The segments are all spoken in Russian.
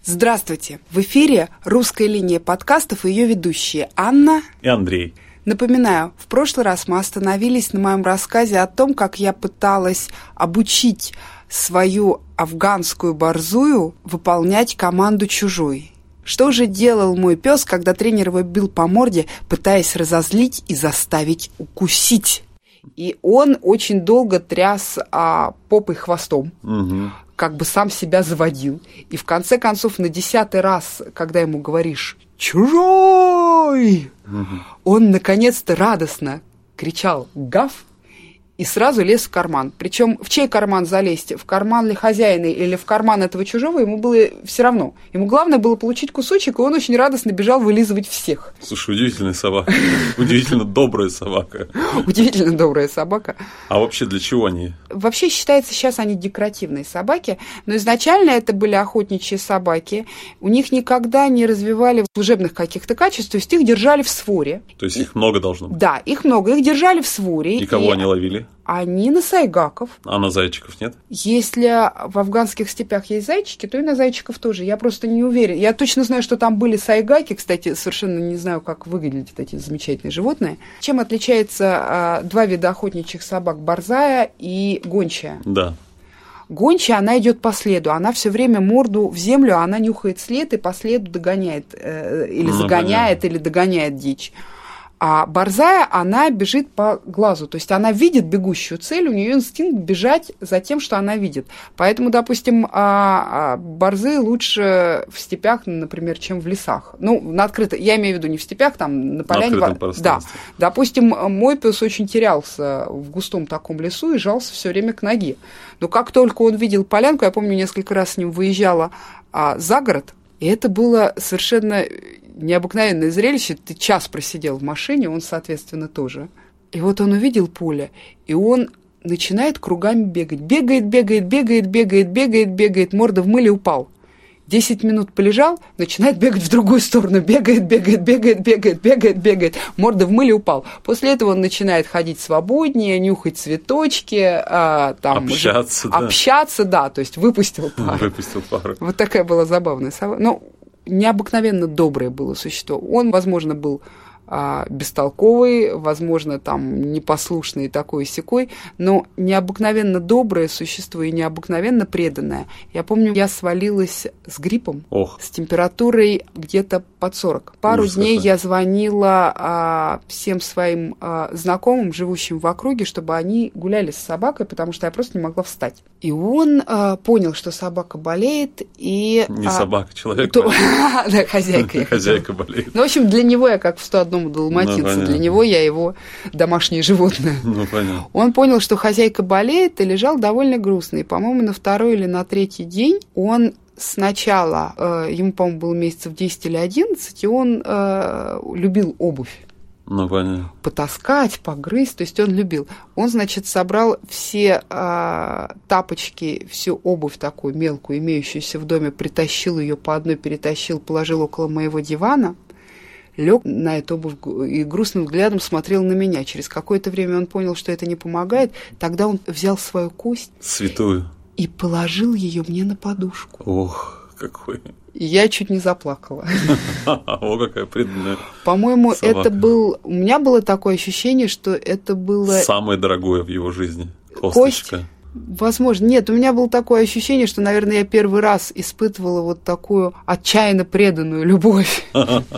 Здравствуйте! В эфире «Русская линия подкастов» и ее ведущие Анна и Андрей. Напоминаю, в прошлый раз мы остановились на моем рассказе о том, как я пыталась обучить свою афганскую борзую выполнять команду чужой. Что же делал мой пес, когда тренер его бил по морде, пытаясь разозлить и заставить укусить? И он очень долго тряс попой хвостом. Как бы сам себя заводил. И в конце концов, на 10-й раз, когда ему говоришь «Чужой!», он наконец-то радостно кричал «Гав!» и сразу лез в карман. Причем в чей карман залезть? В карман ли хозяина или в карман этого чужого? Ему было все равно. Ему главное было получить кусочек, и он очень радостно бежал вылизывать всех. Слушай, удивительная собака. Удивительно добрая собака. Удивительно добрая собака. А вообще для чего они? Вообще считается, сейчас они декоративные собаки, но изначально это были охотничьи собаки. У них никогда не развивали служебных каких-то качеств, то есть их держали в своре. То есть их много должно быть? Да, их много. Их держали в своре. И кого они ловили? Они на сайгаков. А на зайчиков нет? Если в афганских степях есть зайчики, то и на зайчиков тоже. Я просто не уверена. Я точно знаю, что там были сайгаки. Кстати, совершенно не знаю, как выглядят эти замечательные животные. Чем отличаются два вида охотничьих собак? Борзая и гончая. Да. Гончая, она идет по следу. Она все время морду в землю, она нюхает след и по следу догоняет. Или загоняет, понятно. Или догоняет дичь. А борзая, она бежит по глазу, то есть она видит бегущую цель, у нее инстинкт бежать за тем, что она видит. Поэтому, допустим, борзые лучше в степях, например, чем в лесах. Ну, на открыто, я имею в виду не в степях, там на поляне. Да. Допустим, мой пес очень терялся в густом таком лесу и жался все время к ноге. Но как только он видел полянку, я помню, несколько раз с ним выезжала за город, и это было совершенно необыкновенное зрелище. Ты час просидел в машине, он, соответственно, тоже. И вот он увидел поле, и он начинает кругами бегать. Бегает, морда в мыле, упал. 10 минут полежал, начинает бегать в другую сторону. Бегает, морда в мыле, упал. После этого он начинает ходить свободнее, нюхать цветочки, общаться, да, то есть выпустил пару. Вот такая была забавная собака. Ну, необыкновенно доброе было существо. Он, возможно, был бестолковый, возможно, там непослушный такой-сякой, но необыкновенно доброе существо и необыкновенно преданное. Я помню, я свалилась с гриппом, с температурой где-то под 40. Пару дней я звонила всем своим знакомым, живущим в округе, чтобы они гуляли с собакой, потому что я просто не могла встать. И он понял, что собака болеет, и... Не собака, человек болеет. Да, хозяйка. Хозяйка болеет. Ну, в общем, для него я как в 101 далматинца, для него я его домашнее животное. Ну, понятно. Он понял, что хозяйка болеет, и лежал довольно грустный. По-моему, на второй или на третий день он сначала, ему, по-моему, было месяцев 10 или 11, и он любил обувь. Ну, понятно. Потаскать, погрызть, то есть он любил. Он, значит, собрал все тапочки, всю обувь такую мелкую, имеющуюся в доме, притащил ее по одной, перетащил, положил около моего дивана, лег на эту обувь и грустным взглядом смотрел на меня. Через какое-то время он понял, что это не помогает. Тогда он взял свою кость святую и положил ее мне на подушку. Ох, какой... И я чуть не заплакала. О, какая преданная. По-моему, собака. Это был... У меня было такое ощущение, что это было... Самое дорогое в его жизни. Косточка. Кость? Возможно. Нет, у меня было такое ощущение, что, наверное, я первый раз испытывала вот такую отчаянно преданную любовь.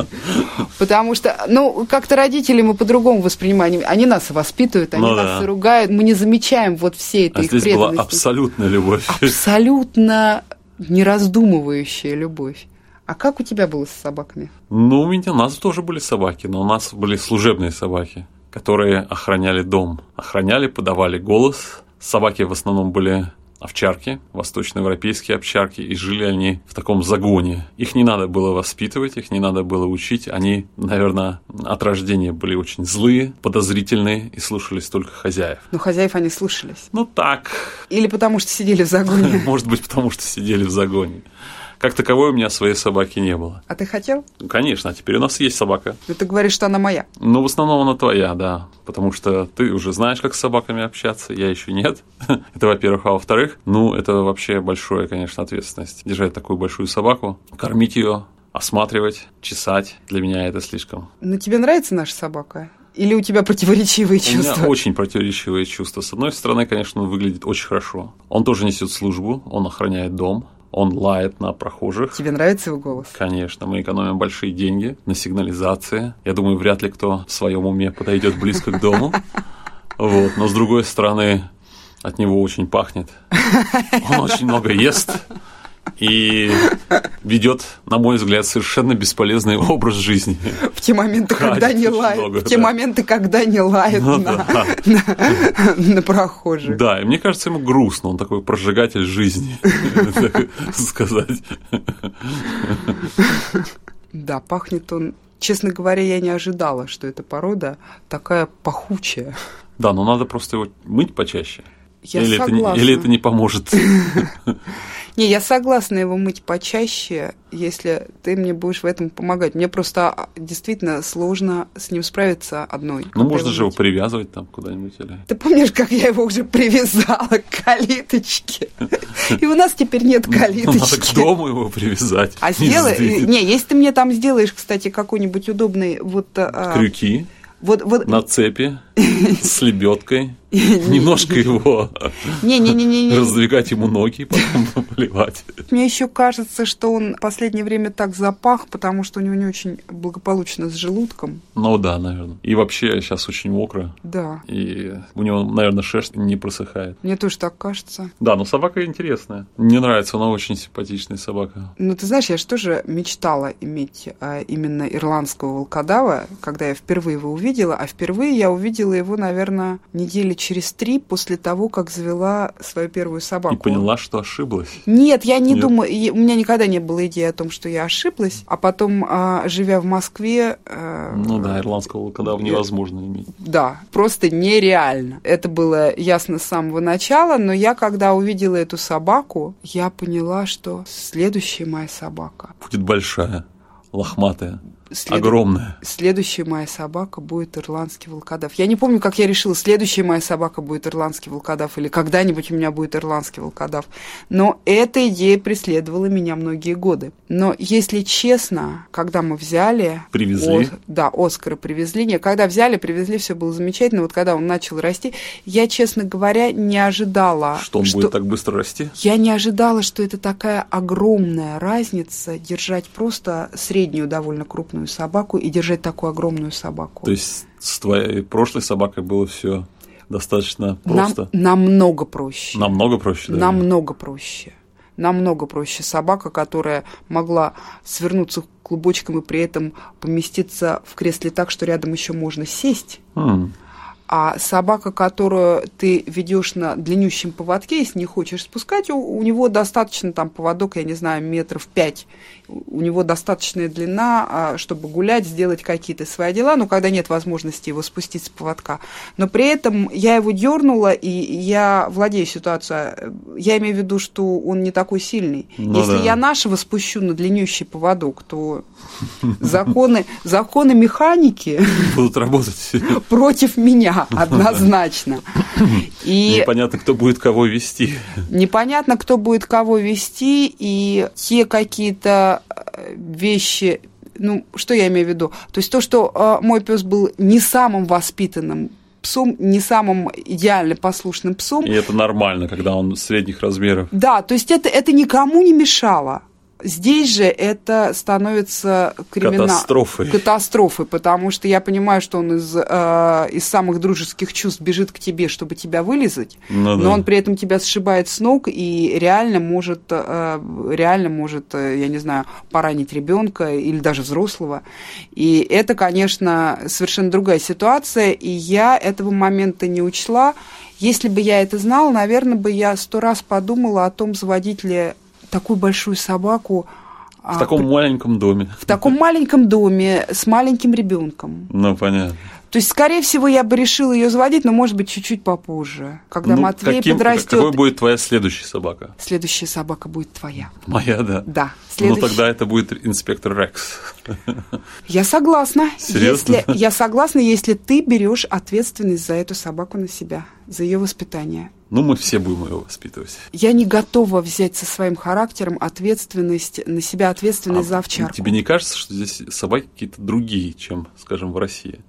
Потому что, ну, как-то родители мы по-другому воспринимаем. Они нас воспитывают, они нас ругают. Мы не замечаем вот всей этой их преданности. А здесь была абсолютная любовь. Абсолютно нераздумывающая любовь. А как у тебя было с собаками? Ну, у нас тоже были собаки, но у нас были служебные собаки, которые охраняли дом. Охраняли, подавали голос. Собаки в основном были овчарки, восточноевропейские овчарки, и жили они в таком загоне. Их не надо было воспитывать, их не надо было учить. Они, наверное, от рождения были очень злые, подозрительные и слушались только хозяев. Ну, хозяев они слушались. Ну, так. Или потому что сидели в загоне. Может быть, потому что сидели в загоне. как таковой у меня своей собаки не было. А ты хотел? Конечно, а теперь у нас есть собака. Но ты говоришь, что она моя. Ну, в основном она твоя, да. Потому что ты уже знаешь, как с собаками общаться, я еще нет. Это, во-первых. А во-вторых, это вообще большая, конечно, ответственность. Держать такую большую собаку, кормить ее, осматривать, чесать. Для меня это слишком. Но тебе нравится наша собака? Или у тебя противоречивые чувства? У меня очень противоречивые чувства. С одной стороны, конечно, он выглядит очень хорошо. Он тоже несет службу, он охраняет дом, он лает на прохожих. Тебе нравится его голос? Конечно, мы экономим большие деньги на сигнализации. Я думаю, вряд ли кто в своем уме подойдет близко к дому. Но с другой стороны, от него очень пахнет. Он очень много ест. И ведет, на мой взгляд, совершенно бесполезный образ жизни. В те моменты, когда не лает. В те моменты, когда не лает на прохожих. Да, и мне кажется, ему грустно. Он такой прожигатель жизни, так сказать. Да, пахнет он. Честно говоря, я не ожидала, что эта порода такая пахучая. Да, но надо просто его мыть почаще. Согласна. Или это не поможет? Не, я согласна его мыть почаще, если ты мне будешь в этом помогать. Мне просто действительно сложно с ним справиться одной. Можно же его привязывать там куда-нибудь. Ты помнишь, как я его уже привязала к калиточке? И у нас теперь нет калиточки. Надо к дому его привязать. Если ты мне там сделаешь, кстати, какой-нибудь удобный... Крюки на цепи с лебедкой. Немножко его раздвигать ему ноги и потом поливать. Мне еще кажется, что он в последнее время так запах, потому что у него не очень благополучно с желудком. Ну да, наверное. И вообще сейчас очень мокро. Да. И у него, наверное, шерсть не просыхает. Мне тоже так кажется. Да, но собака интересная. Мне нравится, она очень симпатичная собака. Ты знаешь, я же тоже мечтала иметь именно ирландского волкодава, когда я впервые его увидела. А впервые я увидела его, наверное, недели через 3 после того, как завела свою первую собаку. И поняла, что ошиблась? Нет, я не думаю. У меня никогда не было идеи о том, что я ошиблась. А потом, живя в Москве... ирландского волкодава невозможно иметь. Да, просто нереально. Это было ясно с самого начала, но я, когда увидела эту собаку, я поняла, что следующая моя собака... Будет большая, лохматая. Огромная. Следующая моя собака будет ирландский волкодав. Я не помню, как я решила, следующая моя собака будет ирландский волкодав или когда-нибудь у меня будет ирландский волкодав. Но эта идея преследовала меня многие годы. Но, если честно, когда мы взяли... Привезли. Оскара привезли. Когда взяли, привезли, все было замечательно. Вот когда он начал расти, я, честно говоря, не ожидала... Что он будет так быстро расти? Я не ожидала, что это такая огромная разница держать просто среднюю, довольно крупную собаку и держать такую огромную собаку. То есть с твоей прошлой собакой было все достаточно просто? Намного проще. Намного проще, да? Намного проще. Намного проще. Собака, которая могла свернуться клубочком и при этом поместиться в кресле так, что рядом еще можно сесть. А собака, которую ты ведешь на длиннющем поводке, если не хочешь спускать, у него достаточно там поводок, я не знаю, 5 метров. У него достаточная длина, чтобы гулять, сделать какие-то свои дела, но когда нет возможности его спустить с поводка. Но при этом я его дернула, и я владею ситуацией. Я имею в виду, что он не такой сильный. Если я нашего спущу на длиннющий поводок, то законы механики будут работать против меня. Однозначно. И непонятно, кто будет кого вести. Непонятно, кто будет кого вести, и те какие-то вещи... что я имею в виду? То есть то, что мой пес был не самым воспитанным псом, не самым идеально послушным псом. И это нормально, когда он средних размеров. Да, то есть это никому не мешало. Здесь же это становится катастрофой, потому что я понимаю, что он из самых дружеских чувств бежит к тебе, чтобы тебя вылизать, но он при этом тебя сшибает с ног и реально может, я не знаю, поранить ребенка или даже взрослого. И это, конечно, совершенно другая ситуация, и я этого момента не учла. Если бы я это знала, наверное, бы я 100 раз подумала о том, заводить ли такую большую собаку. В таком маленьком доме. В таком маленьком доме с маленьким ребенком. Понятно. То есть, скорее всего, я бы решила ее заводить, но, может быть, чуть-чуть попозже, когда Матвей подрастет. Какой будет твоя следующая собака? Следующая собака будет твоя. Моя, да? Да. Ну, тогда это будет инспектор Рекс. Я согласна. Серьезно? Я согласна, если ты берешь ответственность за эту собаку на себя, за ее воспитание. Ну, мы все будем его воспитывать. Я не готова взять со своим характером ответственность на себя, ответственность за овчарку. Тебе не кажется, что здесь собаки какие-то другие, чем, скажем, в России?